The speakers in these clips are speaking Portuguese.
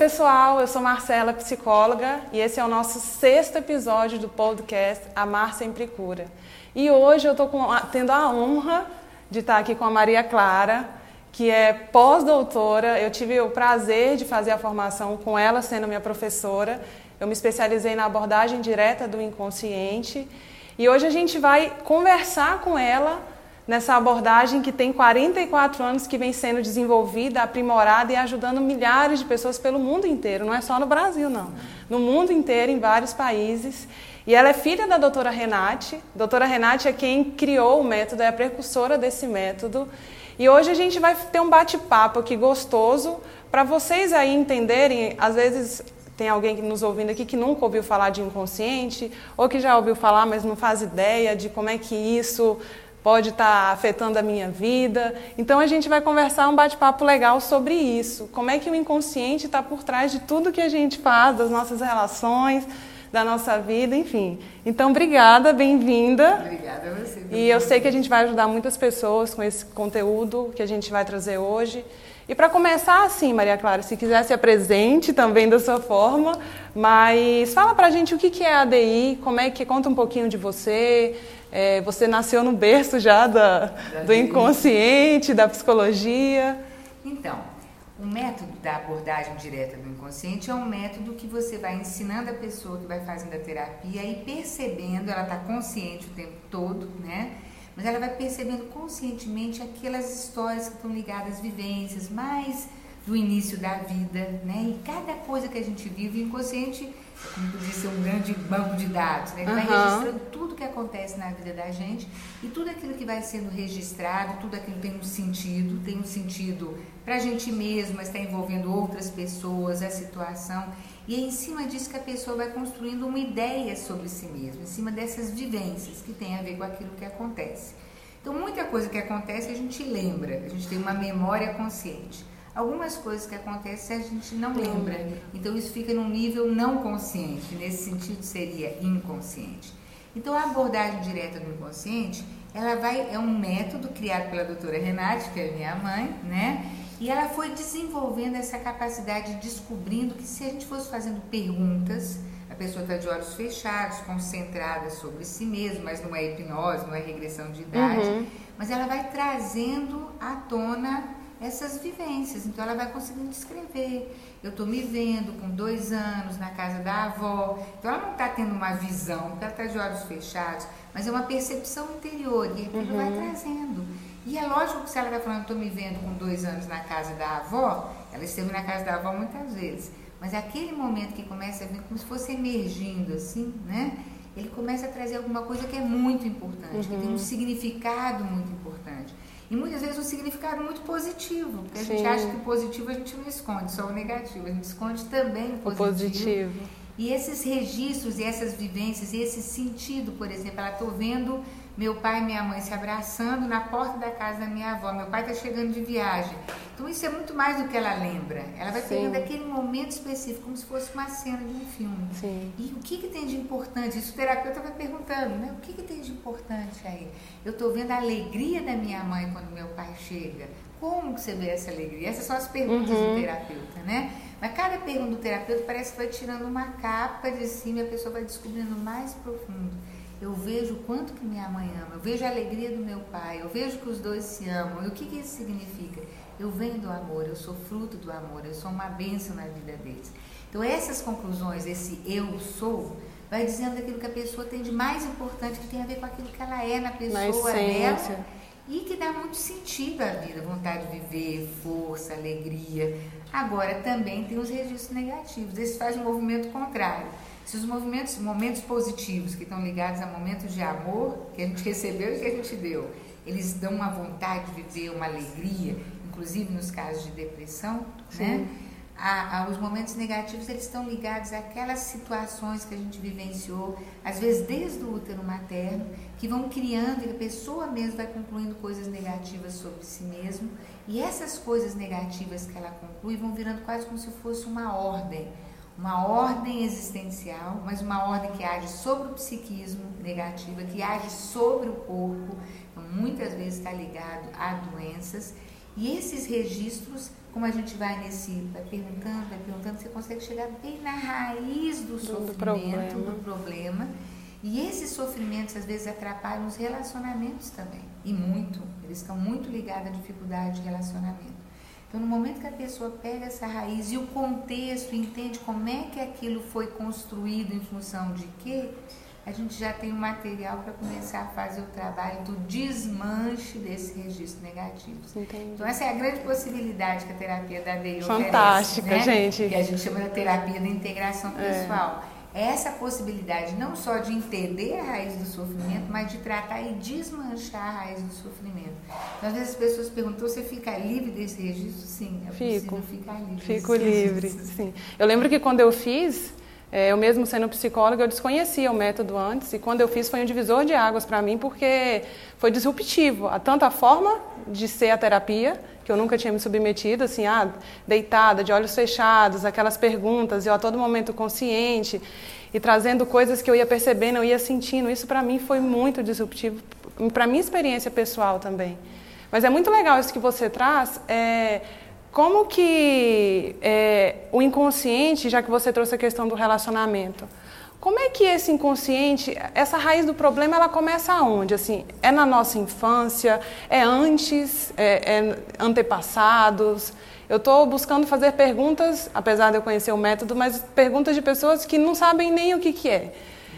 pessoal, eu sou Marcela, psicóloga, e esse é o nosso 6º episódio do podcast Amar Sempre Cura. E hoje eu estou tendo a honra de estar aqui com a Maria Clara, que é pós-doutora. Eu tive o prazer de fazer a formação com ela, sendo minha professora. Eu me especializei na abordagem direta do inconsciente. E hoje a gente vai conversar com ela nessa abordagem que tem 44 anos, que vem sendo desenvolvida, aprimorada e ajudando milhares de pessoas pelo mundo inteiro. Não é só no Brasil, não. No mundo inteiro, em vários países. E ela é filha da doutora Renate. Doutora Renate é quem criou o método, é a precursora desse método. E hoje a gente vai ter um bate-papo aqui gostoso para vocês aí entenderem. Às vezes tem alguém nos ouvindo aqui que nunca ouviu falar de inconsciente, ou que já ouviu falar, mas não faz ideia de como é que isso pode estar afetando a minha vida. Então a gente vai conversar um bate-papo legal sobre isso. Como é que o inconsciente está por trás de tudo que a gente faz, das nossas relações, da nossa vida, enfim. Então, obrigada, bem-vinda. Obrigada a você. E eu sei que a gente vai ajudar muitas pessoas com esse conteúdo que a gente vai trazer hoje. E para começar, assim, Maria Clara, se quiser se apresente também da sua forma, mas fala pra gente o que é a ADI, como é que, conta um pouquinho de você. Você nasceu no berço já do inconsciente, da psicologia. Então, o método da abordagem direta do inconsciente é um método que você vai ensinando a pessoa que vai fazendo a terapia e percebendo, ela está consciente o tempo todo, né? Mas ela vai percebendo conscientemente aquelas histórias que estão ligadas às vivências, mais do início da vida, né? E cada coisa que a gente vive, o inconsciente, como podia ser um grande banco de dados, né? Ele vai registrando tudo que acontece na vida da gente e tudo aquilo que vai sendo registrado, tudo aquilo tem um sentido para a gente mesmo, mas está envolvendo outras pessoas, a situação. E é em cima disso que a pessoa vai construindo uma ideia sobre si mesma, em cima dessas vivências que tem a ver com aquilo que acontece. Então, muita coisa que acontece a gente lembra, a gente tem uma memória consciente. Algumas coisas que acontecem a gente não lembra, então isso fica num nível não consciente, nesse sentido seria inconsciente. Então a abordagem direta do inconsciente, é um método criado pela doutora Renate, que é minha mãe, né? E ela foi desenvolvendo essa capacidade, descobrindo que se a gente fosse fazendo perguntas, a pessoa está de olhos fechados, concentrada sobre si mesma, mas não é hipnose, não é regressão de idade, mas ela vai trazendo à tona essas vivências, então ela vai conseguindo descrever. Eu estou me vendo com 2 anos na casa da avó, então ela não está tendo uma visão, porque ela está de olhos fechados, mas é uma percepção interior e aquilo vai trazendo. E é lógico que se ela está falando, estou me vendo com 2 anos na casa da avó, ela esteve na casa da avó muitas vezes, mas aquele momento que começa a vir como se fosse emergindo assim, né? Ele começa a trazer alguma coisa que é muito importante, que tem um significado muito importante. E muitas vezes um significado muito positivo, porque a gente acha que o positivo a gente não esconde, só o negativo, a gente esconde também o positivo. E esses registros e essas vivências e esse sentido, por exemplo, ela estou vendo meu pai e minha mãe se abraçando na porta da casa da minha avó, meu pai está chegando de viagem. Então isso é muito mais do que ela lembra, ela vai pegando aquele momento específico, como se fosse uma cena de um filme. E o que tem de importante? Isso o terapeuta vai perguntando, né? O que tem de importante aí? Eu estou vendo a alegria da minha mãe quando meu pai chega. Como que você vê essa alegria? Essas são as perguntas do terapeuta, né? Mas cada pergunta do terapeuta parece que vai tirando uma capa de cima e a pessoa vai descobrindo mais profundo. Eu vejo o quanto que minha mãe ama, eu vejo a alegria do meu pai, eu vejo que os dois se amam. E o que isso significa? Eu venho do amor, eu sou fruto do amor, eu sou uma bênção na vida deles. Então essas conclusões, esse eu sou, vai dizendo aquilo que a pessoa tem de mais importante, que tem a ver com aquilo que ela é na pessoa dela e que dá muito sentido à vida, vontade de viver, força, alegria. Agora também tem os registros negativos, esses fazem um movimento contrário. Se os momentos positivos que estão ligados a momentos de amor que a gente recebeu e que a gente deu, eles dão uma vontade de viver, uma alegria, inclusive nos casos de depressão, né? Os momentos negativos, eles estão ligados àquelas situações que a gente vivenciou, às vezes desde o útero materno, que vão criando e a pessoa mesmo vai concluindo coisas negativas sobre si mesmo, e essas coisas negativas que ela conclui vão virando quase como se fosse uma ordem existencial, mas uma ordem que age sobre o psiquismo negativa, que age sobre o corpo, então muitas vezes está ligado a doenças. E esses registros, como a gente vai perguntando, você consegue chegar bem na raiz do sofrimento, do problema. E esses sofrimentos, às vezes, atrapalham os relacionamentos também. E muito. Eles estão muito ligados à dificuldade de relacionamento. Então, no momento que a pessoa pega essa raiz e o contexto, entende como é que aquilo foi construído em função de quê, a gente já tem um material para começar a fazer o trabalho do desmanche desse registro negativo. Entendi. Então, essa é a grande possibilidade que a terapia da DEI oferece. Fantástica, né? gente. Que a gente chama da terapia da integração pessoal. Essa possibilidade não só de entender a raiz do sofrimento, mas de tratar e desmanchar a raiz do sofrimento. Então, às vezes as pessoas perguntam, você fica livre desse registro? Sim, é possível ficar livre. Fico livre, sim. Eu lembro que quando eu fiz, eu mesmo sendo psicóloga, eu desconhecia o método antes, e quando eu fiz foi um divisor de águas para mim, porque foi disruptivo. Tanto a forma de ser a terapia, que eu nunca tinha me submetido, assim, deitada, de olhos fechados, aquelas perguntas, eu a todo momento consciente, e trazendo coisas que eu ia percebendo, eu ia sentindo. Isso para mim foi muito disruptivo, para minha experiência pessoal também. Mas é muito legal isso que você traz, como que o inconsciente, já que você trouxe a questão do relacionamento, como é que esse inconsciente, essa raiz do problema, ela começa aonde? Assim, é na nossa infância? É antes? É antepassados? Eu estou buscando fazer perguntas, apesar de eu conhecer o método, mas perguntas de pessoas que não sabem nem o que é.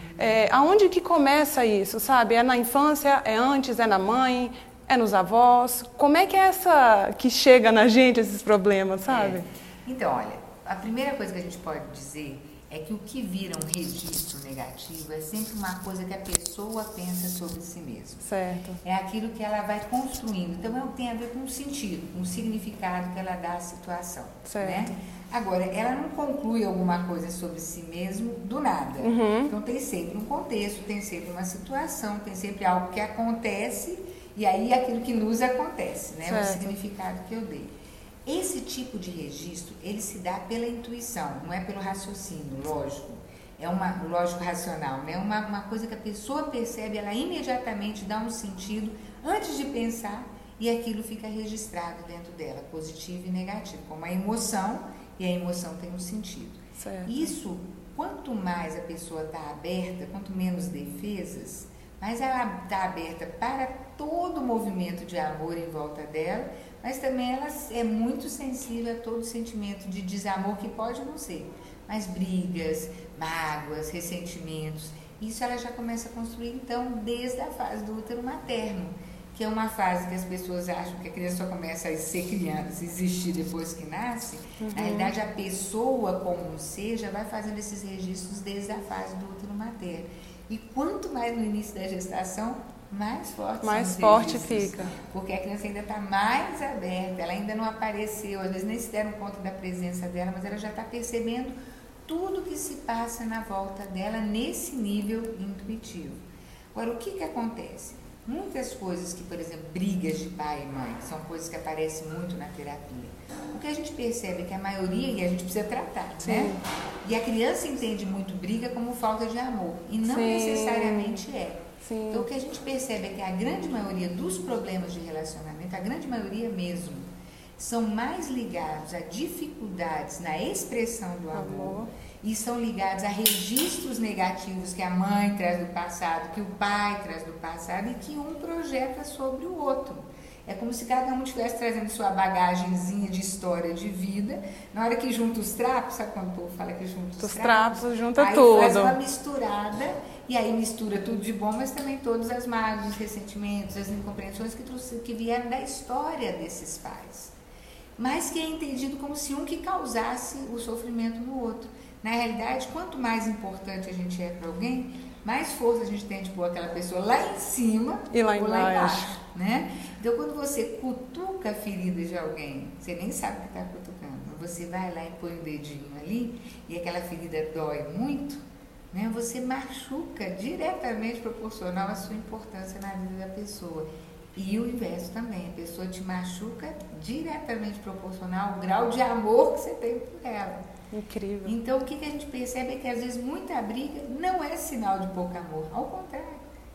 Aonde que começa isso, sabe? É na infância? É antes? É na mãe? É nos avós? Como é que é que chega na gente esses problemas, sabe? Então, olha, a primeira coisa que a gente pode dizer é que o que vira um registro negativo é sempre uma coisa que a pessoa pensa sobre si mesma. Certo. É aquilo que ela vai construindo. Então, tem a ver com o sentido, com o significado que ela dá à situação. Certo. Né? Agora, ela não conclui alguma coisa sobre si mesmo do nada. Então, tem sempre um contexto, tem sempre uma situação, tem sempre algo que acontece, e aí aquilo que nos acontece, né? O significado que eu dei. Esse tipo de registro, ele se dá pela intuição, não é pelo raciocínio, lógico. É lógico racional, né? Uma coisa que a pessoa percebe, ela imediatamente dá um sentido antes de pensar e aquilo fica registrado dentro dela, positivo e negativo, como a emoção, e a emoção tem um sentido. Certo. Isso, quanto mais a pessoa está aberta, quanto menos defesas, mais ela está aberta para todo o movimento de amor em volta dela, mas também ela é muito sensível a todo sentimento de desamor que pode não ser, mas brigas, mágoas, ressentimentos, isso ela já começa a construir então desde a fase do útero materno, que é uma fase que as pessoas acham que a criança só começa a ser criança, existir depois que nasce. Na realidade, a pessoa como um ser já vai fazendo esses registros desde a fase do útero materno. E quanto mais no início da gestação, mais forte fica. Porque a criança ainda está mais aberta, ela ainda não apareceu, às vezes nem se deram conta da presença dela, mas ela já está percebendo tudo que se passa na volta dela nesse nível intuitivo. Agora, o que acontece? Muitas coisas que, por exemplo, brigas de pai e mãe, são coisas que aparecem muito na terapia. O que a gente percebe é que a maioria, e a gente precisa tratar, né? E a criança entende muito briga como falta de amor, e não necessariamente é. Sim. Então, o que a gente percebe é que a grande maioria dos problemas de relacionamento, a grande maioria mesmo, são mais ligados a dificuldades na expressão do amor e são ligados a registros negativos que a mãe traz do passado, que o pai traz do passado e que um projeta sobre o outro. É como se cada um estivesse trazendo sua bagagenzinha de história de vida. Na hora que junta os trapos, sabe quando o povo fala que junta os trapos? Junta aí tudo. Faz uma misturada, e aí mistura tudo de bom, mas também todas as mágoas, os ressentimentos, as incompreensões que vieram da história desses pais. Mas que é entendido como se um que causasse o sofrimento no outro. Na realidade, quanto mais importante a gente é para alguém, mais força a gente tem de pôr aquela pessoa lá em cima e lá ou lá embaixo, né? Então, quando você cutuca a ferida de alguém, você nem sabe o que está cutucando, mas você vai lá e põe o dedinho ali e aquela ferida dói muito, né? Você machuca diretamente proporcional à sua importância na vida da pessoa. E o inverso também, a pessoa te machuca diretamente proporcional ao grau de amor que você tem por ela. Incrível. Então, o que a gente percebe é que, às vezes, muita briga não é sinal de pouco amor. Ao contrário.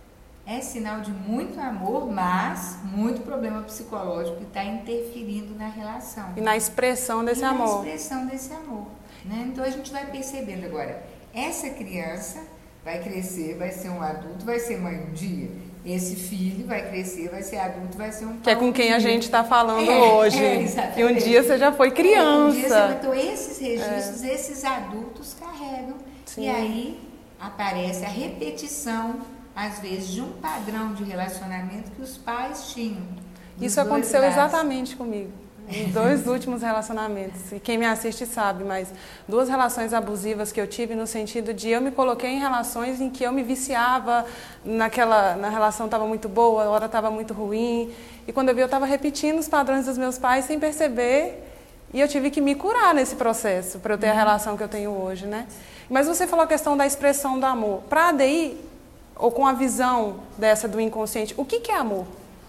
é sinal de muito amor, mas muito problema psicológico que está interferindo na relação. E na expressão desse amor. Na expressão desse amor. Né? Então a gente vai percebendo agora, essa criança vai crescer, vai ser um adulto, vai ser mãe um dia. Esse filho vai crescer, vai ser adulto, vai ser um pai. Que é com quem a gente está falando hoje. E um dia você já foi criança. Um dia então esses registros, esses adultos carregam. Sim. E aí aparece a repetição, às vezes, de um padrão de relacionamento que os pais tinham. Isso aconteceu exatamente comigo. Em 2 últimos relacionamentos. E quem me assiste sabe, mas 2 relações abusivas que eu tive no sentido de eu me coloquei em relações em que eu me viciava, na relação estava muito boa, a hora estava muito ruim. E quando eu vi, eu estava repetindo os padrões dos meus pais sem perceber. E eu tive que me curar nesse processo para eu ter a relação que eu tenho hoje, né? Mas você falou a questão da expressão do amor. Para a ADI, ou com a visão dessa do inconsciente, o que é amor?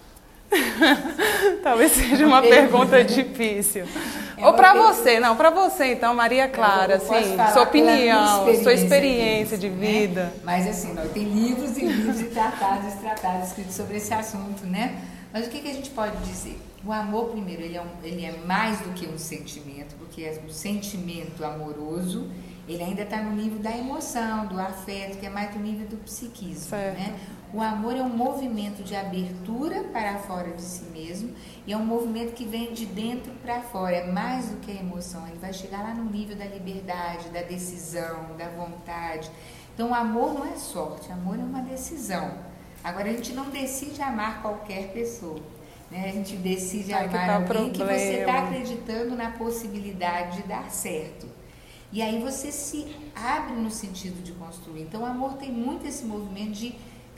Talvez seja uma pergunta difícil. Ou para você, não, para você então, Maria Clara, assim, sua opinião, sua experiência de vida. Né? Mas assim, tem livros e livros e tratados escritos sobre esse assunto, né? Mas o que a gente pode dizer? O amor, primeiro, ele é mais do que um sentimento, porque o sentimento amoroso, ele ainda está no nível da emoção, do afeto, que é mais do nível do psiquismo, né? O amor é um movimento de abertura para fora de si mesmo e é um movimento que vem de dentro para fora, é mais do que a emoção, ele vai chegar lá no nível da liberdade, da decisão, da vontade. Então o amor não é sorte, o amor é uma decisão. Agora a gente não decide amar qualquer pessoa, né? A gente decide amar alguém que você está acreditando na possibilidade de dar certo. E aí você se abre no sentido de construir. Então o amor tem muito esse movimento de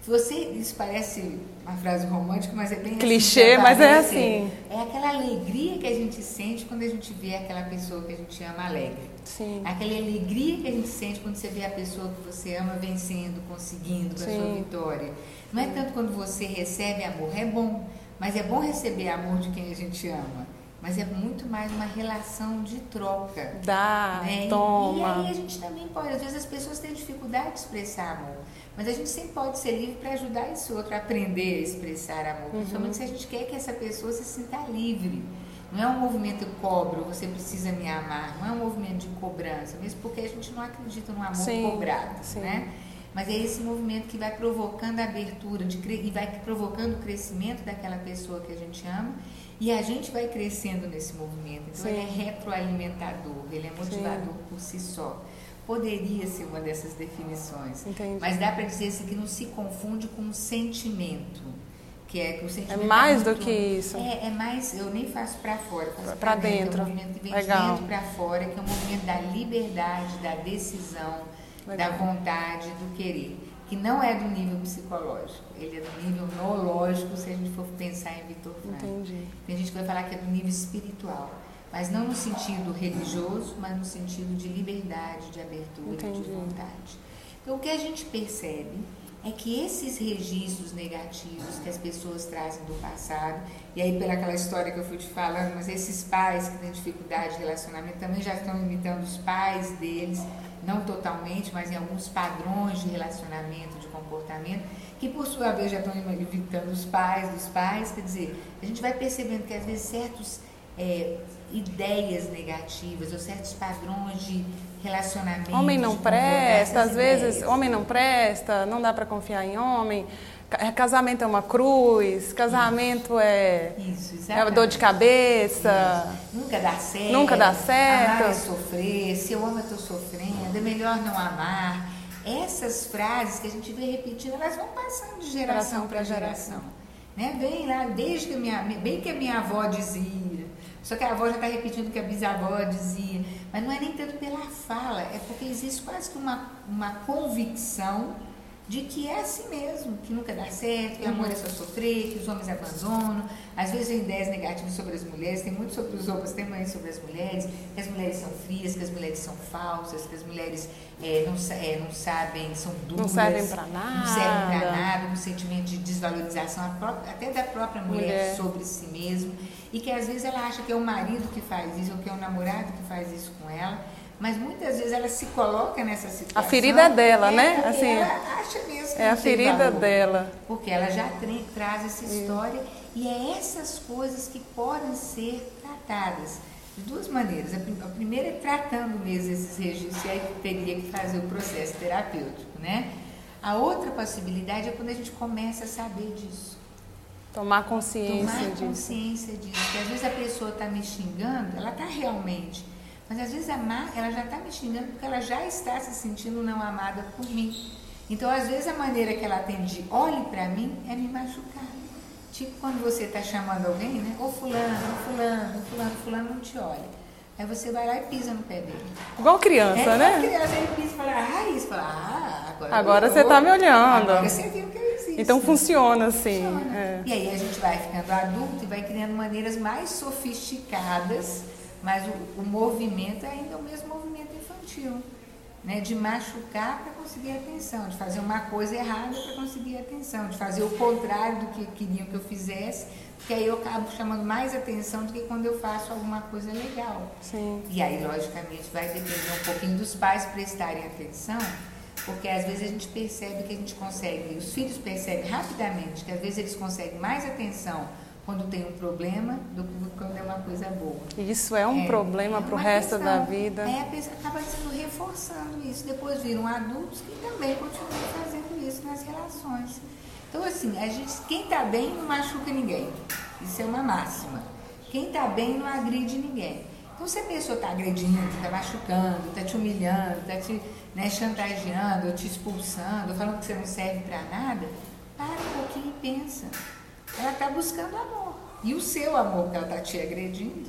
isso parece uma frase romântica, mas é bem clichê, assim, mas é assim. É aquela alegria que a gente sente quando a gente vê aquela pessoa que a gente ama alegre. Sim. Aquela alegria que a gente sente quando você vê a pessoa que você ama vencendo, conseguindo, com a sua vitória. Não é tanto quando você recebe amor, é bom, mas é bom receber amor de quem a gente ama. Mas é muito mais uma relação de troca. Dá, né? Toma. E aí a gente também pode, às vezes as pessoas têm dificuldade de expressar amor, mas a gente sempre pode ser livre para ajudar esse outro a aprender a expressar amor, principalmente se a gente quer que essa pessoa se sinta livre. Não é um movimento cobro, você precisa me amar, não é um movimento de cobrança, mesmo porque a gente não acredita no amor cobrado, né? Mas é esse movimento que vai provocando a abertura e vai provocando o crescimento daquela pessoa que a gente ama. E a gente vai crescendo nesse movimento. Então ele é retroalimentador, ele é motivador por si só. Poderia ser uma dessas definições. Entendi. Mas dá para dizer assim, que não se confunde com o sentimento. Que o sentimento é mais do que isso. É mais, eu nem faço para fora, faço para dentro. É um movimento que vem de dentro para fora, que é um movimento da liberdade, da decisão, da vontade, do querer. Que não é do nível psicológico, ele é do nível noológico, se a gente for pensar em Viktor Frankl. Entendi. Tem gente que vai falar que é do nível espiritual, mas não no sentido religioso, mas no sentido de liberdade, de abertura, de vontade. Então, o que a gente percebe é que esses registros negativos que as pessoas trazem do passado, e aí pela aquela história que eu fui te falando, mas esses pais que têm dificuldade de relacionamento também já estão imitando os pais deles, não totalmente, mas em alguns padrões de relacionamento, de comportamento, que por sua vez já estão imitando os pais dos pais. Quer dizer, a gente vai percebendo que às vezes certas ideias negativas ou certos padrões de relacionamento. Homem não presta, às vezes homem não presta, não dá para confiar em homem. Casamento é uma cruz, casamento é dor de cabeça. Nunca dá certo. Nunca dá certo. Amar é sofrer, se eu amo eu estou sofrendo, é melhor não amar. Essas frases que a gente vê repetindo, elas vão passando de geração para geração. Né? Vem lá, desde que bem que a minha avó dizia, só que a avó já está repetindo o que a bisavó dizia. Mas não é nem tanto pela fala, é porque existe quase que uma convicção de que é assim mesmo, que nunca dá certo, que o amor é só sofrer, que os homens abandonam. Às vezes tem ideias negativas sobre as mulheres, tem muito sobre os homens, tem mais sobre as mulheres, que as mulheres são frias, que as mulheres são falsas, que as mulheres não sabem, são duras, não servem para nada, um sentimento de desvalorização até da própria mulher sobre si mesma, e que às vezes ela acha que é o marido que faz isso, ou que é o namorado que faz isso com ela. Mas muitas vezes ela se coloca nessa situação. A ferida é dela, né? Assim, ela acha mesmo que é a ferida valor, dela. porque ela já traz essa história e é essas coisas que podem ser tratadas de duas maneiras. A primeira é tratando mesmo esses registros, e aí teria que fazer o processo terapêutico, né? A outra possibilidade é quando a gente começa a saber disso. Tomar consciência disso. Porque às vezes a pessoa está me xingando, ela está realmente, mas às vezes ela já está me xingando porque ela já está se sentindo não amada por mim. Então, às vezes, a maneira que ela tem de olhe para mim é me machucar. Tipo quando você está chamando alguém, né? Ô fulano não te olha. Aí você vai lá e pisa no pé dele. Igual criança, né? Igual criança, ele pisa e fala, Raíssa, fala, agora você está me olhando. Agora você viu que eu existo. Então funciona assim. Funciona. E aí a gente vai ficando adulto e vai criando maneiras mais sofisticadas, mas o movimento é ainda o mesmo movimento infantil. Né, de machucar para conseguir atenção, de fazer uma coisa errada para conseguir atenção, de fazer o contrário do que queriam que eu fizesse, porque aí eu acabo chamando mais atenção do que quando eu faço alguma coisa legal. Sim. E aí, logicamente, vai depender um pouquinho dos pais prestarem atenção, porque às vezes a gente percebe que a gente consegue, os filhos percebem rapidamente que às vezes eles conseguem mais atenção quando tem um problema do que quando é uma coisa boa. Isso é um problema para o resto da vida. A pessoa acaba sendo reforçando isso. Depois viram adultos que também continuam fazendo isso nas relações. Então, assim, quem está bem não machuca ninguém. Isso é uma máxima. Quem está bem não agride ninguém. Então, se a pessoa está agredindo, está machucando, está te humilhando, está te chantageando, ou te expulsando, ou falando que você não serve para nada, para um pouquinho e pensa. Ela está buscando amor. E o seu amor que ela está te agredindo.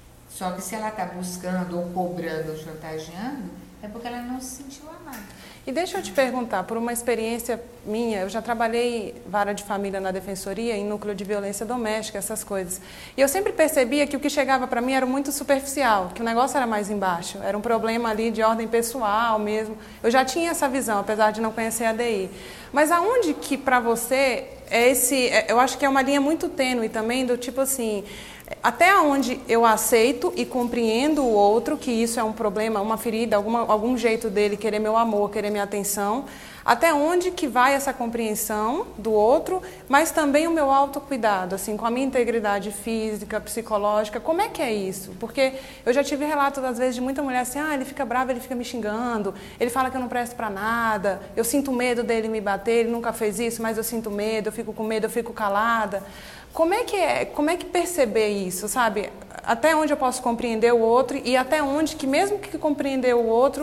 Só que se ela está buscando, ou cobrando, ou chantageando, é porque ela não se sentiu amada. E deixa eu te perguntar, por uma experiência minha, eu já trabalhei vara de família na defensoria, em núcleo de violência doméstica, essas coisas. E eu sempre percebia que o que chegava para mim era muito superficial, que o negócio era mais embaixo, era um problema ali de ordem pessoal mesmo. Eu já tinha essa visão, apesar de não conhecer a DI. Mas aonde que para você eu acho que é uma linha muito tênue também, do tipo assim, até onde eu aceito e compreendo o outro, que isso é um problema, uma ferida, algum jeito dele querer meu amor, querer minha atenção, até onde que vai essa compreensão do outro, mas também o meu autocuidado, assim, com a minha integridade física, psicológica, como é que é isso? Porque eu já tive relatos, às vezes, de muita mulher assim, ele fica bravo, ele fica me xingando, ele fala que eu não presto pra nada, eu sinto medo dele me bater, ele nunca fez isso, mas eu sinto medo, eu fico com medo, eu fico calada. Como é que perceber isso, sabe? Até onde eu posso compreender o outro e até onde que, mesmo que compreender o outro,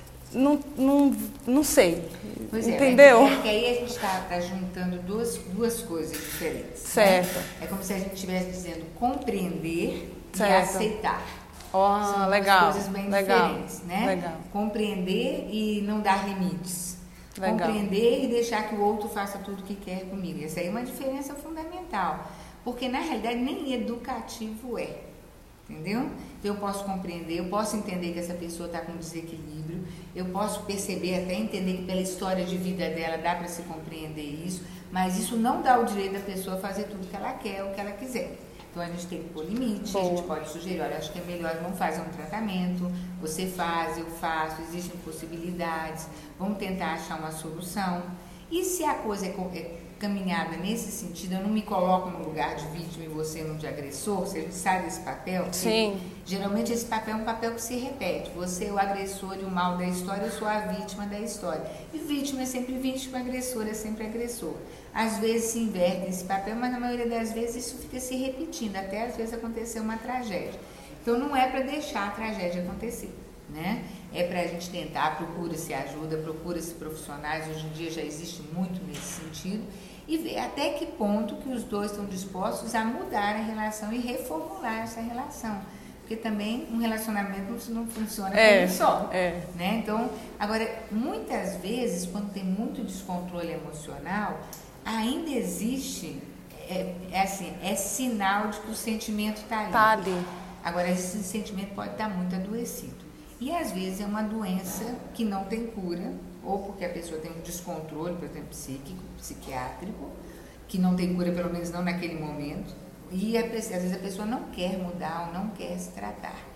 não sei. Pois entendeu? É que aí a gente está juntando duas coisas diferentes. Certo. Né? É como se a gente estivesse dizendo compreender certo. E aceitar. São legal. Coisas bem diferentes, né? Legal. Compreender e não dar limites. Legal. Compreender e deixar que o outro faça tudo o que quer comigo. Essa aí é uma diferença fundamental. Porque, na realidade, nem educativo é. Entendeu? Então, eu posso compreender, eu posso entender que essa pessoa está com desequilíbrio, eu posso perceber, até entender que pela história de vida dela dá para se compreender isso, mas isso não dá o direito da pessoa fazer tudo que ela quer, o que ela quiser. Então, a gente tem que pôr limite, a gente pode sugerir, olha, acho que é melhor, vamos fazer um tratamento, você faz, eu faço, existem possibilidades, vamos tentar achar uma solução. E se a coisa é caminhada nesse sentido, eu não me coloco no lugar de vítima e você no de agressor, você sai desse papel. Sim. Geralmente esse papel é um papel que se repete. Você é o agressor e o mal da história, eu sou a vítima da história. E vítima é sempre vítima, agressor é sempre agressor. Às vezes se inverte esse papel, mas na maioria das vezes isso fica se repetindo, até às vezes acontecer uma tragédia. Então não é para deixar a tragédia acontecer, né? É para a gente tentar, procura-se ajuda, procura-se profissionais, hoje em dia já existe muito nesse sentido, e ver até que ponto que os dois estão dispostos a mudar a relação e reformular essa relação. Porque também um relacionamento não funciona por um só. Né? Então, agora, muitas vezes, quando tem muito descontrole emocional, ainda existe, é sinal de que o sentimento está ali. Tá ali. Agora, esse sentimento pode estar muito adoecido. E às vezes é uma doença que não tem cura, ou porque a pessoa tem um descontrole, por exemplo, psíquico, psiquiátrico, que não tem cura, pelo menos não naquele momento, e às vezes a pessoa não quer mudar ou não quer se tratar.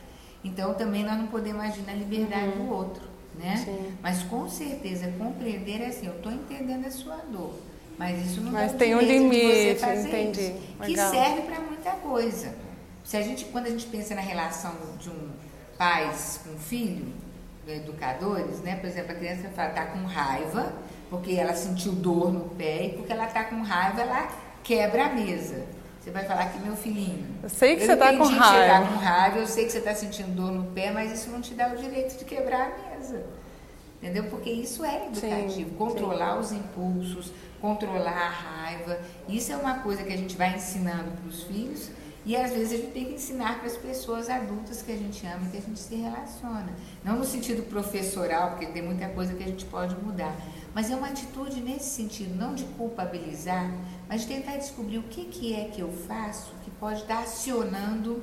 Então também nós não podemos agir na liberdade do outro, né? Sim. Mas com certeza compreender é assim, eu estou entendendo a sua dor, mas isso não Mas dá o tem um direito de limite, você fazer entendi. isso, que Legal. serve para muita coisa. Quando a gente pensa na relação de um pais com filho, educadores, né? Por exemplo, a criança está com raiva porque ela sentiu dor no pé e porque ela está com raiva ela quebra a mesa. Você vai falar que meu filhinho, Eu sei que você está com você raiva. tá com raiva, eu sei que você está sentindo dor no pé, mas isso não te dá o direito de quebrar a mesa. Entendeu? Porque isso é educativo. Sim, controlar os impulsos, controlar a raiva. Isso é uma coisa que a gente vai ensinando para os filhos e às vezes a gente tem que ensinar para as pessoas adultas que a gente ama e que a gente se relaciona. Não no sentido professoral, porque tem muita coisa que a gente pode mudar. Mas é uma atitude nesse sentido, não de culpabilizar, mas de tentar descobrir o que é que eu faço que pode estar acionando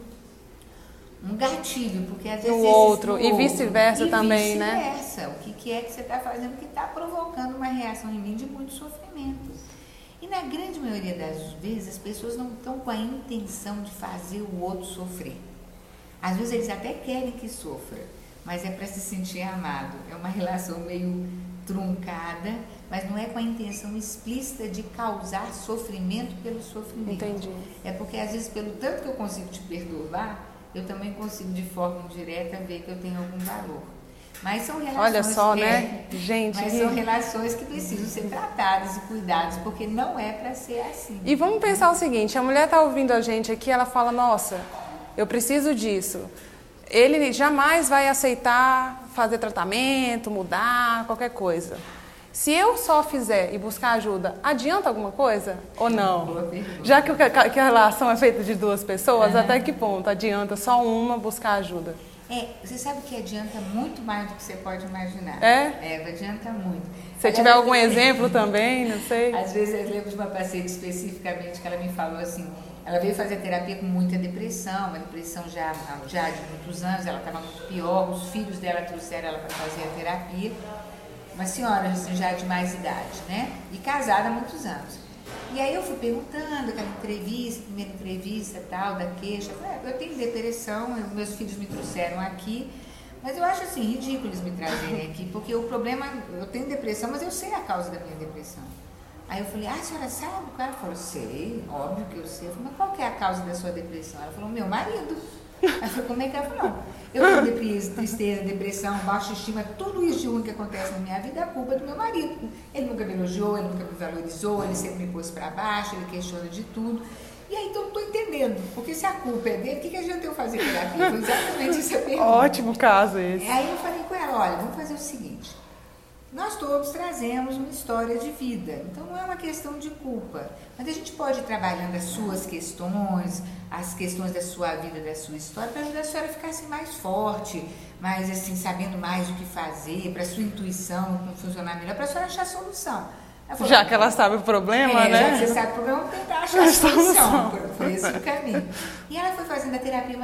um gatilho, porque às vezes No outro, e vice-versa também, né? Vice-versa. O que é que você está fazendo que está provocando uma reação em mim de muito sofrimento. E na grande maioria das vezes, as pessoas não estão com a intenção de fazer o outro sofrer. Às vezes eles até querem que sofra, mas é para se sentir amado. É uma relação meio truncada, mas não é com a intenção explícita de causar sofrimento pelo sofrimento. Entendi. É porque às vezes, pelo tanto que eu consigo te perturbar, eu também consigo de forma indireta ver que eu tenho algum valor. Mas são relações... Olha só, né? Gente, mas são relações que precisam ser tratadas e cuidadas, porque não é para ser assim. E vamos pensar o seguinte, a mulher está ouvindo a gente aqui, ela fala, nossa, eu preciso disso. Ele jamais vai aceitar fazer tratamento, mudar, qualquer coisa. Se eu só fizer e buscar ajuda, adianta alguma coisa ou não? Boa pergunta. Já que a relação é feita de duas pessoas, até que ponto adianta só uma buscar ajuda? Você sabe que adianta muito mais do que você pode imaginar. Adianta muito. Se tiver algum exemplo também, não sei. Às vezes eu lembro de uma paciente especificamente que ela me falou assim, ela veio fazer terapia com muita depressão, uma depressão já de muitos anos, ela estava muito pior, os filhos dela trouxeram ela para fazer a terapia, uma senhora assim, já de mais idade, né? E casada há muitos anos. E aí eu fui perguntando, aquela entrevista, primeira entrevista tal, da queixa, eu falei, eu tenho depressão, meus filhos me trouxeram aqui, mas eu acho assim, ridículo eles me trazerem aqui, porque o problema, eu tenho depressão, mas eu sei a causa da minha depressão. Aí eu falei, a senhora sabe? O cara falou, sei, óbvio que eu sei. Eu falei, mas qual que é a causa da sua depressão? Ela falou, meu marido. Aí eu falei, como é que ela falou? Não, eu tenho tristeza, depressão, baixa estima, tudo isso de ruim que acontece na minha vida é a culpa do meu marido. Ele nunca me elogiou, ele nunca me valorizou, ele sempre me pôs pra baixo, ele questiona de tudo. E aí então eu não estou entendendo, porque se a culpa é dele, o que adianta eu fazer terapia? Foi exatamente essa pergunta. Ótimo caso esse. Aí eu falei com ela, olha, vamos fazer o seguinte. Nós todos trazemos uma história de vida, então não é uma questão de culpa, mas a gente pode ir trabalhando as suas questões, as questões da sua vida, da sua história, para ajudar a senhora a ficar assim, mais forte, mais assim, sabendo mais o que fazer, para a sua intuição funcionar melhor, para a senhora achar solução. Falou, já que ela sabe o problema, né? Já que você sabe o problema, vamos tentar achar a solução. Foi esse o caminho. E ela foi fazendo a terapia,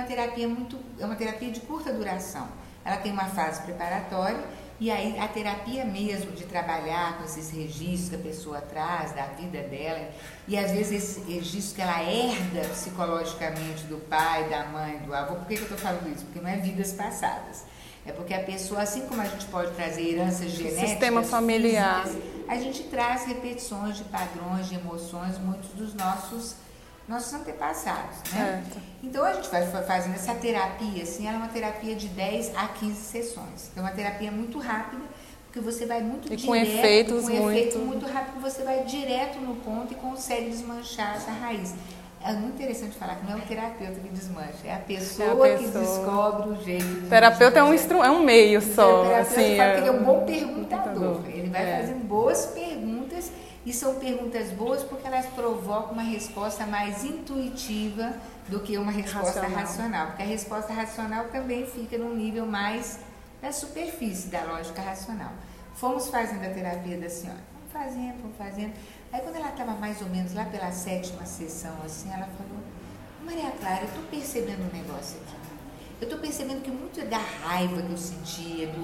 uma terapia de curta duração. Ela tem uma fase preparatória, e aí a terapia mesmo de trabalhar com esses registros que a pessoa traz da vida dela, e às vezes esses registros que ela herda psicologicamente do pai, da mãe, do avô. Por que eu estou falando isso? Porque não é vidas passadas. É porque a pessoa, assim como a gente pode trazer heranças genéticas, sistema familiar, físicas, a gente traz repetições de padrões, de emoções, muitos dos nossos antepassados, né? Então a gente vai fazendo essa terapia, assim, ela é uma terapia de 10 a 15 sessões. É uma terapia muito rápida, porque você vai muito direto, com efeitos muito rápido, você vai direto no ponto e consegue desmanchar essa raiz. É muito interessante falar que não é o terapeuta que desmancha, é a pessoa que descobre o jeito de... O terapeuta é um meio só. O terapeuta assim, fala que ele é um bom perguntador. Ele vai fazendo boas perguntas, e são perguntas boas porque elas provocam uma resposta mais intuitiva do que uma resposta racional. Porque a resposta racional também fica num nível mais da superfície da lógica racional. Fomos fazendo a terapia da senhora. Vamos fazendo. Aí quando ela estava mais ou menos lá pela 7ª sessão, assim, ela falou, Maria Clara, eu estou percebendo um negócio aqui. Eu estou percebendo que muito da raiva que eu sentia,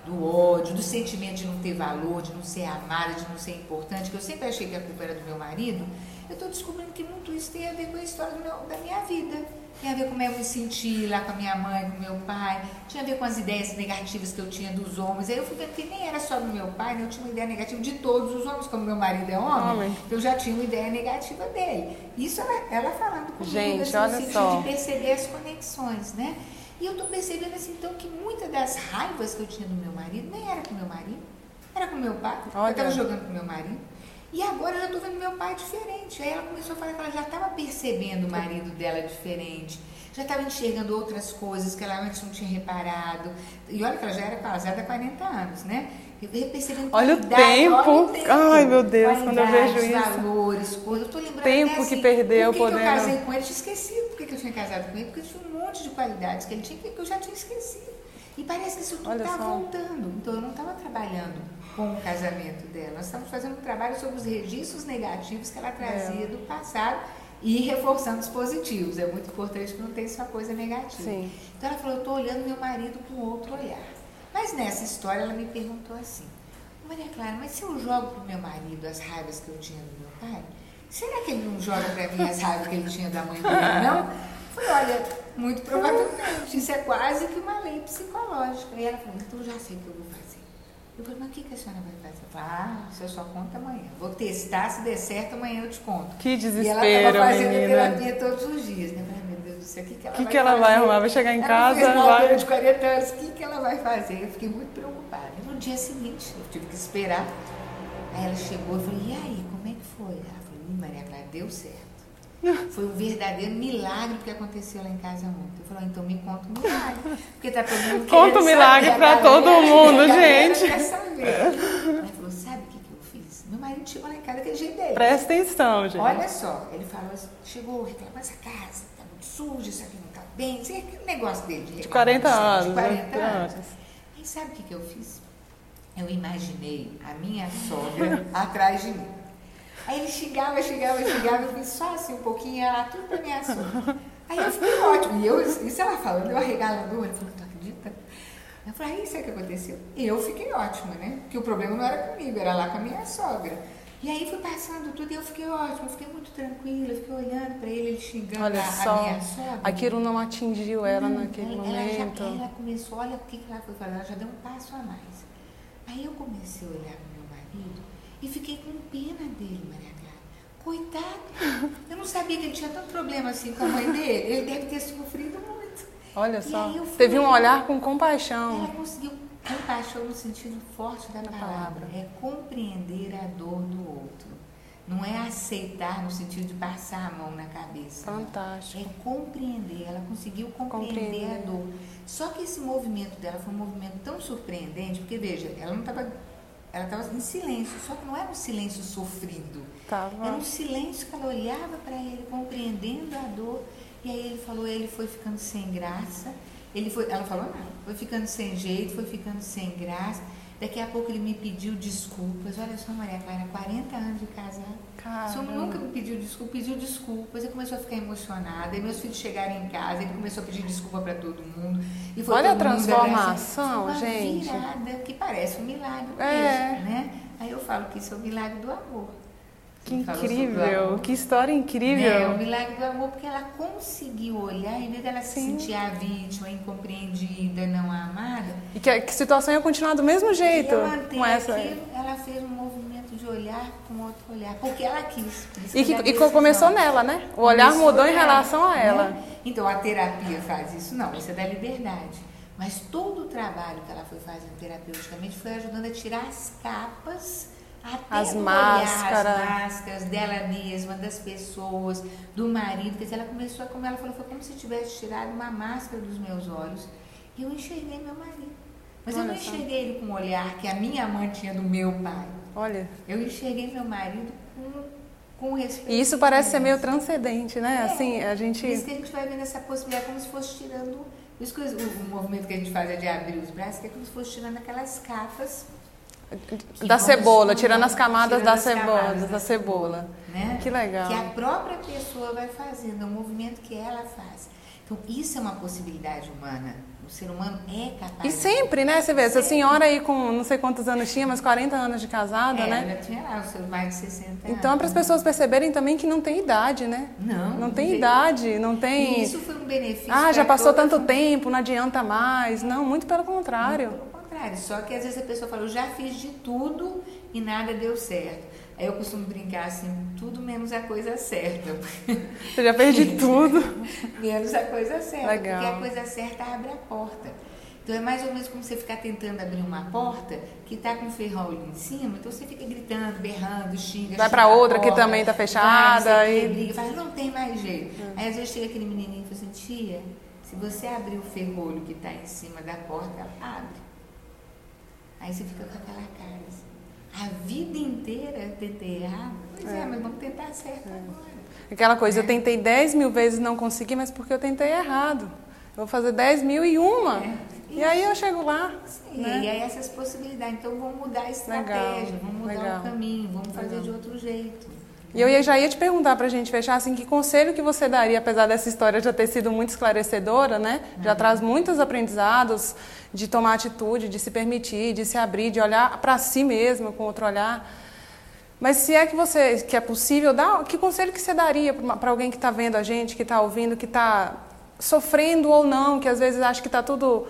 do ódio, do sentimento de não ter valor, de não ser amada, de não ser importante, que eu sempre achei que a culpa era do meu marido, eu estou descobrindo que muito isso tem a ver com a história da minha vida. Tem a ver com como eu me senti lá com a minha mãe, com o meu pai, tinha a ver com as ideias negativas que eu tinha dos homens. Aí eu fui vendo que nem era só do meu pai, né? Eu tinha uma ideia negativa de todos os homens, como meu marido é homem, eu já tinha uma ideia negativa dele. Isso ela falando comigo, gente, assim, olha no sentido só. de perceber as conexões, né? E eu tô percebendo assim, então, que muitas das raivas que eu tinha do meu marido nem era com meu marido, era com meu pai. Olha. Eu estava jogando com meu marido. E agora eu já estou vendo meu pai diferente. Aí ela começou a falar que ela já estava percebendo o marido dela diferente, já estava enxergando outras coisas que ela antes não tinha reparado. E olha que ela já era casada há 40 anos, né? Percebendo olha o tempo. Ai, meu Deus, quando eu vejo isso. Valores, coisas. Eu tô lembrando tempo até, assim, que perdeu, por que podendo... eu casei com ele, eu tinha esquecido por que eu tinha casado com ele, porque tinha um monte de qualidades que ele tinha que eu já tinha esquecido. E parece que isso tudo está voltando. Então eu não estava trabalhando com o casamento dela. Nós estamos fazendo um trabalho sobre os registros negativos que ela trazia do passado e reforçando os positivos. É muito importante que não tenha só coisa negativa. Sim. Então ela falou, eu estou olhando meu marido com outro olhar. Mas nessa história ela me perguntou assim, Maria Clara, mas se eu jogo para o meu marido as raivas que eu tinha do meu pai, será que ele não joga para mim as raivas que ele tinha da mãe dele, não? Eu falei, olha, muito provavelmente, isso é quase que uma lei psicológica. E ela falou, então eu já sei o que eu vou fazer. Eu falei, mas o que a senhora vai fazer? Eu falei, isso eu só conto amanhã. Vou testar, se der certo, amanhã eu te conto. Que desespero, e ela estava fazendo menina. terapia todos os dias, né? Eu falei, meu Deus do céu, o que ela vai arrumar? Vai chegar em casa, vai... de 40 anos, o que ela vai fazer? Eu fiquei muito preocupada. E no dia seguinte, eu tive que esperar. Aí ela chegou e falei, e aí, como é que foi? Ela falou, Maria Clara, deu certo. Foi um verdadeiro milagre que aconteceu lá em casa ontem. Eu falei, então me conta um milagre. Porque tá todo mundo conta o milagre para todo mundo, gente. Quer saber. Ela falou, sabe o que eu fiz? Meu marido chegou lá em casa daquele jeito dele. Presta atenção, gente. Olha só, ele falou assim, chegou reclamando, essa casa tá muito suja, isso aqui não tá bem. Isso é aquele negócio dele de reclamar. 40 anos. De 40 anos. Aí sabe o que eu fiz? Eu imaginei a minha sogra atrás de mim. Aí ele xingava, eu fiz só assim um pouquinho, ela tudo pra minha sogra. Aí eu fiquei ótimo. E isso ela falando, eu arregalando o olho, falando, tu acredita? Eu falei, aí sabe o que aconteceu? E eu fiquei ótima, né? Porque o problema não era comigo, era lá com a minha sogra. E aí foi passando tudo e eu fiquei ótima, eu fiquei muito tranquila, eu fiquei olhando pra ele xingando a minha sogra. Aquilo não atingiu ela naquele momento. Ela começou, olha o que ela foi fazer, ela já deu um passo a mais. Aí eu comecei a olhar pro meu marido e fiquei com pena dele, Maria Clara. Coitado, eu não sabia que ele tinha tanto problema assim com a mãe dele. Ele deve ter sofrido muito. Olha só, teve um olhar com compaixão. Ela conseguiu compaixão no sentido forte da palavra. É compreender a dor do outro. Não é aceitar no sentido de passar a mão na cabeça. Fantástico. É compreender. Ela conseguiu compreender a dor. Só que esse movimento dela foi um movimento tão surpreendente, porque veja, ela estava em silêncio, só que não era um silêncio sofrido. Era um silêncio que ela olhava para ele, compreendendo a dor. E aí ele foi ficando sem graça. Ela falou, não, foi ficando sem jeito, foi ficando sem graça. Daqui a pouco ele me pediu desculpas. Olha só, Maria Clara, 40 anos de casado. O senhor nunca me pediu desculpas. Ele começou a ficar emocionado. Aí meus filhos chegaram em casa, ele começou a pedir desculpa para todo mundo. E foi olha a transformação, uma gente. virada que parece um milagre mesmo, né? Aí eu falo que isso é o milagre do amor. Que incrível, que história incrível. É o milagre do amor, porque ela conseguiu olhar, em vez dela se sentir a vítima, incompreendida, não amada. E que a situação ia continuar do mesmo jeito. Com essa... ela fez um movimento de olhar com outro olhar, porque ela quis. E começou nela, né? O olhar mudou em relação a ela. Né? Então a terapia faz isso? Não, isso é da liberdade. Mas todo o trabalho que ela foi fazendo terapeuticamente foi ajudando a tirar as capas, até as máscaras dela mesma, das pessoas, do marido. Quer dizer, ela começou, como ela falou, foi como se tivesse tirado uma máscara dos meus olhos e eu enxerguei meu marido. Mas eu não enxerguei ele com o olhar que a minha mãe tinha do meu pai. Olha. Eu enxerguei meu marido com respeito. E isso parece ser meio transcendente, né? Assim, a gente... Por isso que a gente vai vendo essa possibilidade como se fosse tirando... Por isso que o movimento que a gente faz é de abrir os braços, que é como se fosse tirando aquelas capas... Da cebola, tirando as camadas da cebola. Né? Que legal. Que a própria pessoa vai fazendo, é um movimento que ela faz. Então, isso é uma possibilidade humana, no O ser humano é capaz. E sempre, né? Você vê, essa senhora aí com não sei quantos anos tinha, mas 40 anos de casada, né? Ela tinha lá os seus mais de 60 anos. Então, é para as pessoas perceberem também que não tem idade, né? Não tem idade, não tem... E isso foi um benefício. Já passou tanto tempo, não adianta mais. Não, muito pelo contrário. Muito pelo contrário. Só que às vezes a pessoa fala, eu já fiz de tudo e nada deu certo. Aí eu costumo brincar assim, tudo menos a coisa certa. Você já perdi tudo. Menos a coisa certa. Legal. Porque a coisa certa abre a porta. Então é mais ou menos como você ficar tentando abrir uma porta que está com um ferrolho em cima, então você fica gritando, berrando, xinga. Vai para outra que também está fechada. Vai, briga, fala, não tem mais jeito. Aí às vezes chega aquele menininho e fala assim, tia, se você abrir o ferrolho que está em cima da porta, abre. Aí você fica com aquela cara assim. A vida inteira tentei errar. Pois mas vamos tentar certo agora. Aquela coisa, eu tentei 10 mil vezes e não consegui, mas porque eu tentei errado. Eu vou fazer 10.001. E aí eu chego lá. Sim, né? E aí essas possibilidades. Então vamos mudar a estratégia, vamos mudar o caminho, vamos fazer de outro jeito. E eu já ia te perguntar pra gente fechar, assim, que conselho que você daria, apesar dessa história já ter sido muito esclarecedora, né? Já traz muitos aprendizados de tomar atitude, de se permitir, de se abrir, de olhar para si mesma com outro olhar. Mas se é que é possível, que conselho que você daria para alguém que está vendo a gente, que está ouvindo, que está sofrendo ou não, que às vezes acha que está tudo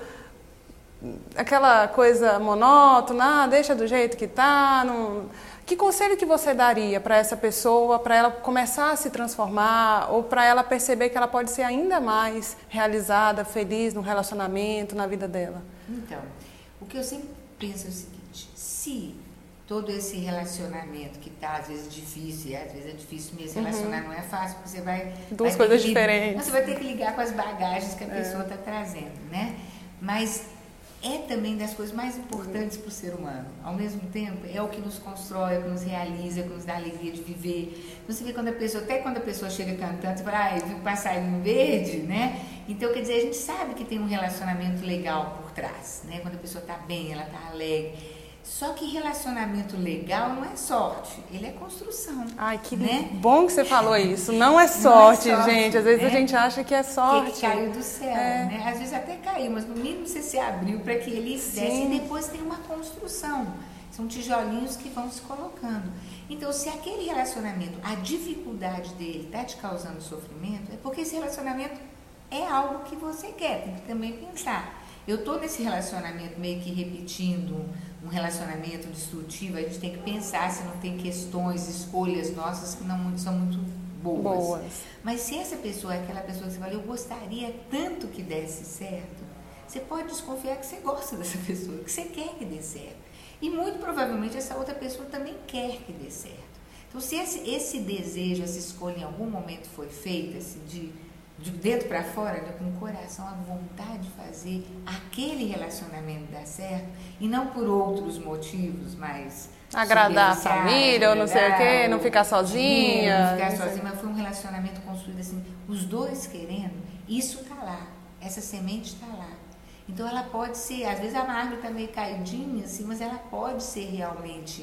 aquela coisa monótona, deixa do jeito que está, não... Que conselho que você daria para essa pessoa, para ela começar a se transformar ou para ela perceber que ela pode ser ainda mais realizada, feliz no relacionamento, na vida dela? Então, o que eu sempre penso é o seguinte, se todo esse relacionamento que está às vezes difícil, e às vezes é difícil mesmo, relacionar não é fácil, porque você vai... Duas coisas diferentes. Você vai ter que ligar com as bagagens que a pessoa está trazendo, né? Mas... é também das coisas mais importantes para o ser humano. Ao mesmo tempo, é o que nos constrói, é o que nos realiza, é o que nos dá a alegria de viver. Você vê até quando a pessoa chega cantando, você fala, eu vi um passarinho verde, né? Então, quer dizer, a gente sabe que tem um relacionamento legal por trás, né? Quando a pessoa está bem, ela está alegre. Só que relacionamento legal não é sorte, ele é construção. Ai, que bom que você falou isso. Não é sorte, gente. Às vezes a gente acha que é sorte. Que caiu do céu, né? Às vezes até caiu, mas no mínimo você se abriu para que ele desce e depois tem uma construção. São tijolinhos que vão se colocando. Então, se aquele relacionamento, a dificuldade dele está te causando sofrimento, é porque esse relacionamento é algo que você quer. Tem que também pensar. Eu estou nesse relacionamento meio que repetindo um relacionamento destrutivo, a gente tem que pensar se não tem questões, escolhas nossas que não são muito boas. Mas se essa pessoa é aquela pessoa que você fala, eu gostaria tanto que desse certo, você pode desconfiar que você gosta dessa pessoa, que você quer que dê certo. E muito provavelmente essa outra pessoa também quer que dê certo. Então, se esse desejo, essa escolha em algum momento foi feita, assim, de dentro para fora, né, com o coração, a vontade de fazer aquele relacionamento dar certo, e não por outros motivos, mais agradar a família, ou não sei o quê, não ficar sozinha. Não ficar sozinha, mas foi um relacionamento construído assim, os dois querendo, isso está lá, essa semente está lá. Então ela pode ser, às vezes a árvore está meio caidinha, assim, mas ela pode ser realmente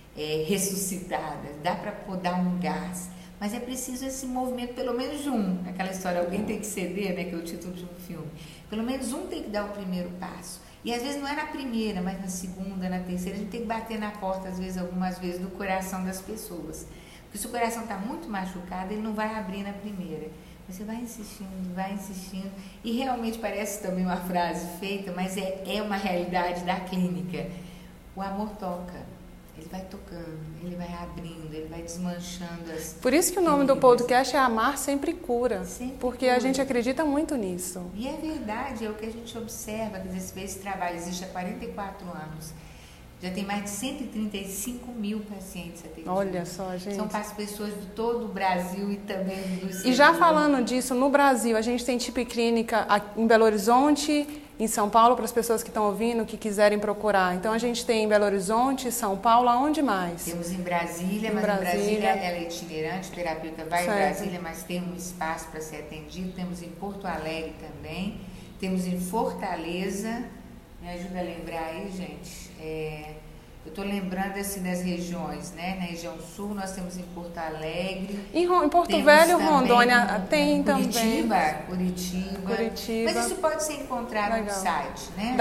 ressuscitada, dá para dar um gás. Mas é preciso esse movimento, pelo menos de um. Aquela história, alguém tem que ceder, né, que é o título de um filme. Pelo menos um tem que dar o primeiro passo. E às vezes não é na primeira, mas na segunda, na terceira. A gente tem que bater na porta, às vezes, algumas vezes, do coração das pessoas. Porque se o coração está muito machucado, ele não vai abrir na primeira. Você vai insistindo. E realmente parece também uma frase feita, mas é uma realidade da clínica. O amor toca. Ele vai tocando, ele vai abrindo, ele vai desmanchando as... Por isso que o nome do podcast é Amar Sempre Cura. Porque a gente acredita muito nisso. E é verdade, é o que a gente observa, quer dizer, esse trabalho existe há 44 anos. Já tem mais de 135 mil pacientes atendidos. Olha só, gente. São para as pessoas de todo o Brasil e também do exterior. E já falando disso, no Brasil, a gente tem tipo clínica em Belo Horizonte, em São Paulo, para as pessoas que estão ouvindo, que quiserem procurar. Então, a gente tem em Belo Horizonte, São Paulo, aonde mais? Temos em Brasília, mas em Brasília ela é itinerante, o terapeuta vai em Brasília, mas tem um espaço para ser atendido. Temos em Porto Alegre também, temos em Fortaleza, me ajuda a lembrar aí, gente, Eu estou lembrando assim das regiões, né? Na região sul nós temos em Porto Alegre. Em Porto Velho, Rondônia, tem Curitiba, também. Curitiba. Mas isso pode ser encontrado no site, né?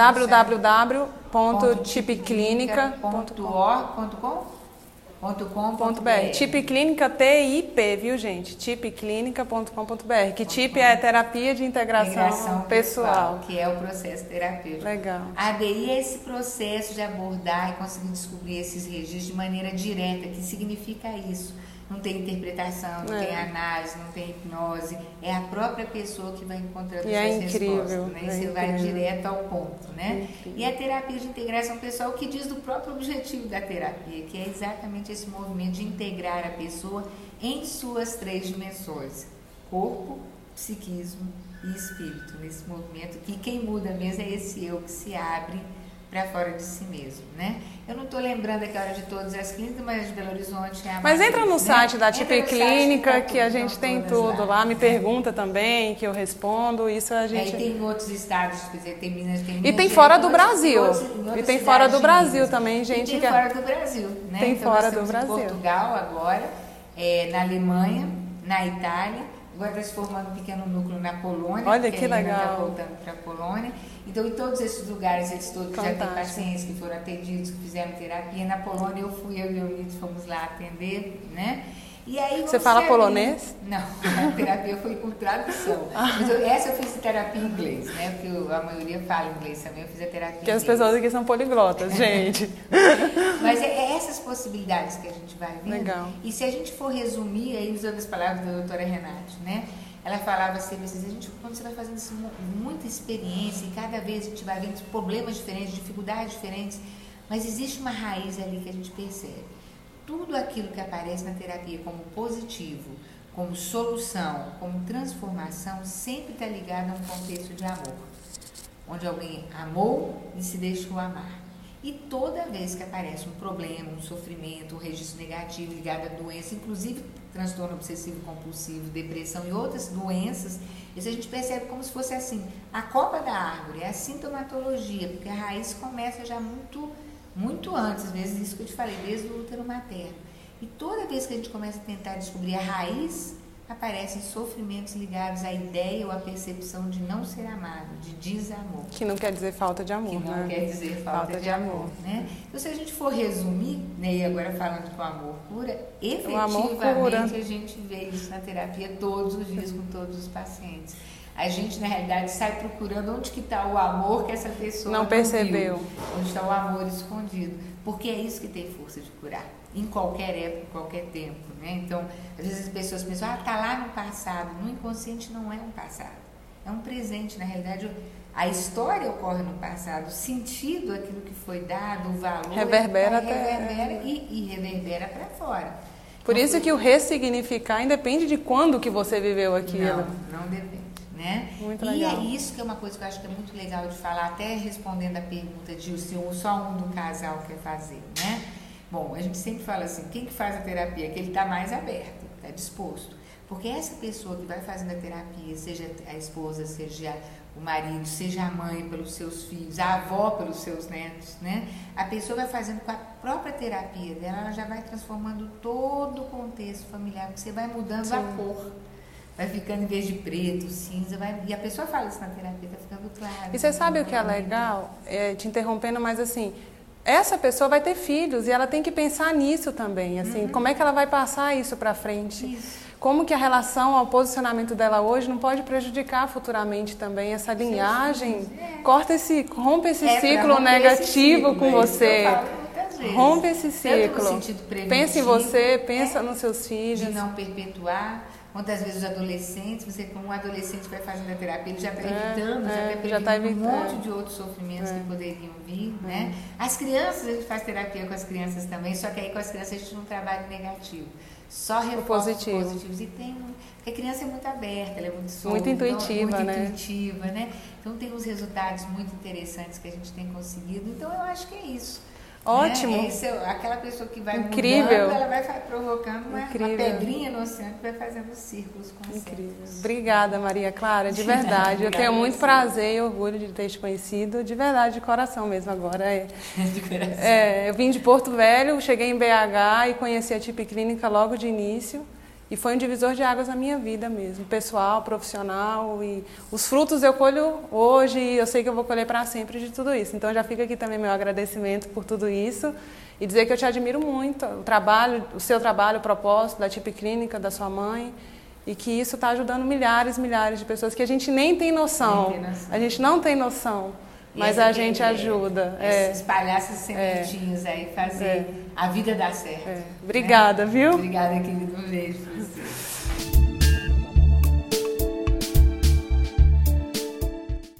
www.tipclinica.com.br. Tip Clínica TIP, viu, gente? tipclinica.com.br. Que TIP é terapia de integração pessoal, que é o processo terapêutico. Legal. A ADI é esse processo de abordar e conseguir descobrir esses registros de maneira direta, que significa isso. Não tem interpretação, não tem análise, não tem hipnose. É a própria pessoa que vai encontrando essas respostas. Né? E você vai direto ao ponto. Né? E a terapia de integração pessoal, que diz do próprio objetivo da terapia, que é exatamente esse movimento de integrar a pessoa em suas 3 dimensões: corpo, psiquismo e espírito. Nesse movimento que quem muda mesmo é esse eu que se abre para fora de si mesmo, né? Eu não estou lembrando aqui a hora de todas as clínicas, mas de Belo Horizonte é a Mas entra no site da Tip Clínica, que a gente tem tudo lá. Me pergunta também, que eu respondo. Isso a gente... E tem outros estados, quer dizer, tem Minas, e tem fora do Brasil. E tem fora do Brasil também, gente. E tem fora do Brasil, né? Tem então, fora do Brasil. Em Portugal agora, na Alemanha, na Itália. Agora está se formando um pequeno núcleo na Polônia. Olha que legal. Está voltando para a Polônia. Então, em todos esses lugares, eles todos já têm pacientes que foram atendidos, que fizeram terapia. Na Polônia, eu e o Leonidas fomos lá atender, né? E aí, você fala polonês? Não, a terapia foi com tradução. Mas essa eu fiz terapia em inglês, né? Porque a maioria fala inglês também, eu fiz a terapia em inglês. Porque as pessoas aqui são poliglotas, gente. Mas é essas possibilidades que a gente vai vendo. Legal. E se a gente for resumir, aí usando as palavras da doutora Renate, né? Ela falava assim, quando você vai fazendo assim, muita experiência, e cada vez a gente vai vendo problemas diferentes, dificuldades diferentes, mas existe uma raiz ali que a gente percebe. Tudo aquilo que aparece na terapia como positivo, como solução, como transformação, sempre está ligado a um contexto de amor, onde alguém amou e se deixou amar. E toda vez que aparece um problema, um sofrimento, um registro negativo ligado à doença, inclusive transtorno obsessivo compulsivo, depressão e outras doenças, isso a gente percebe como se fosse assim, a copa da árvore, é a sintomatologia, porque a raiz começa já muito antes, às vezes isso que eu te falei, desde o útero materno. E toda vez que a gente começa a tentar descobrir a raiz, aparecem sofrimentos ligados à ideia ou à percepção de não ser amado, de desamor. Que não quer dizer falta de amor, que não quer dizer falta de amor, né? Então, se a gente for resumir, né, e agora falando com o amor cura, efetivamente a gente vê isso na terapia todos os dias com todos os pacientes. A gente, na realidade, sai procurando onde que está o amor que essa pessoa não percebeu. Viu, onde está o amor escondido. Porque é isso que tem força de curar. Em qualquer época, em qualquer tempo, né? Então, às vezes as pessoas pensam, está lá no passado. No inconsciente não é um passado. É um presente. Na realidade, a história ocorre no passado. O sentido, aquilo que foi dado, o valor... Reverbera e reverbera para fora. Por isso que o ressignificar independe de quando que você viveu aquilo. Não depende. Né? Muito legal. E é isso que é uma coisa que eu acho que é muito legal de falar, até respondendo a pergunta de se só um do casal quer fazer, né? Bom, a gente sempre fala assim, quem que faz a terapia? Que ele está mais aberto, está disposto. Porque essa pessoa que vai fazendo a terapia, seja a esposa, seja o marido, seja a mãe pelos seus filhos, a avó pelos seus netos, né? A pessoa vai fazendo com a própria terapia dela, ela já vai transformando todo o contexto familiar, porque você vai mudando a cor. Vai ficando, em vez de preto, cinza, e a pessoa fala isso na terapia, tá ficando claro. E você sabe o que é legal? Te interrompendo, mas assim, essa pessoa vai ter filhos e ela tem que pensar nisso também, assim, como é que ela vai passar isso para frente? Isso. Como que a relação ao posicionamento dela hoje não pode prejudicar futuramente também essa linhagem? Rompe esse ciclo negativo com você. Rompe esse ciclo. Pensa em você, pensa nos seus filhos. De não perpetuar. Muitas vezes os adolescentes, você como um adolescente vai fazendo a terapia, ele já está evitando, já está prevenindo um monte de outros sofrimentos que poderiam vir, né? As crianças, a gente faz terapia com as crianças também, só que aí com as crianças a gente não trabalha negativo, só reforça os positivos. E porque a criança é muito aberta, ela é muito solta, muito intuitiva, muito intuitiva, né? Então tem uns resultados muito interessantes que a gente tem conseguido, então eu acho que é isso. Ótimo. Né? Aquela pessoa que vai Incrível. mudando, ela vai provocando uma pedrinha no oceano que vai fazendo círculos concêntricos. Incrível. Obrigada, Maria Clara, de verdade. Eu tenho muito prazer e orgulho de ter te conhecido, de verdade, de coração mesmo agora. De coração. Eu vim de Porto Velho, cheguei em BH e conheci a TIP Clínica logo de início. E foi um divisor de águas na minha vida mesmo, pessoal, profissional, e os frutos eu colho hoje e eu sei que eu vou colher para sempre de tudo isso. Então já fica aqui também meu agradecimento por tudo isso e dizer que eu te admiro muito, o seu trabalho, o propósito da TIP Clínica, da sua mãe, e que isso está ajudando milhares de pessoas que a gente nem tem noção. A gente não tem noção. Mas a gente ajuda. Espalhar essas sementinhas aí, fazer a vida dar certo. Obrigada, viu? Obrigada, querido. Um beijo para você.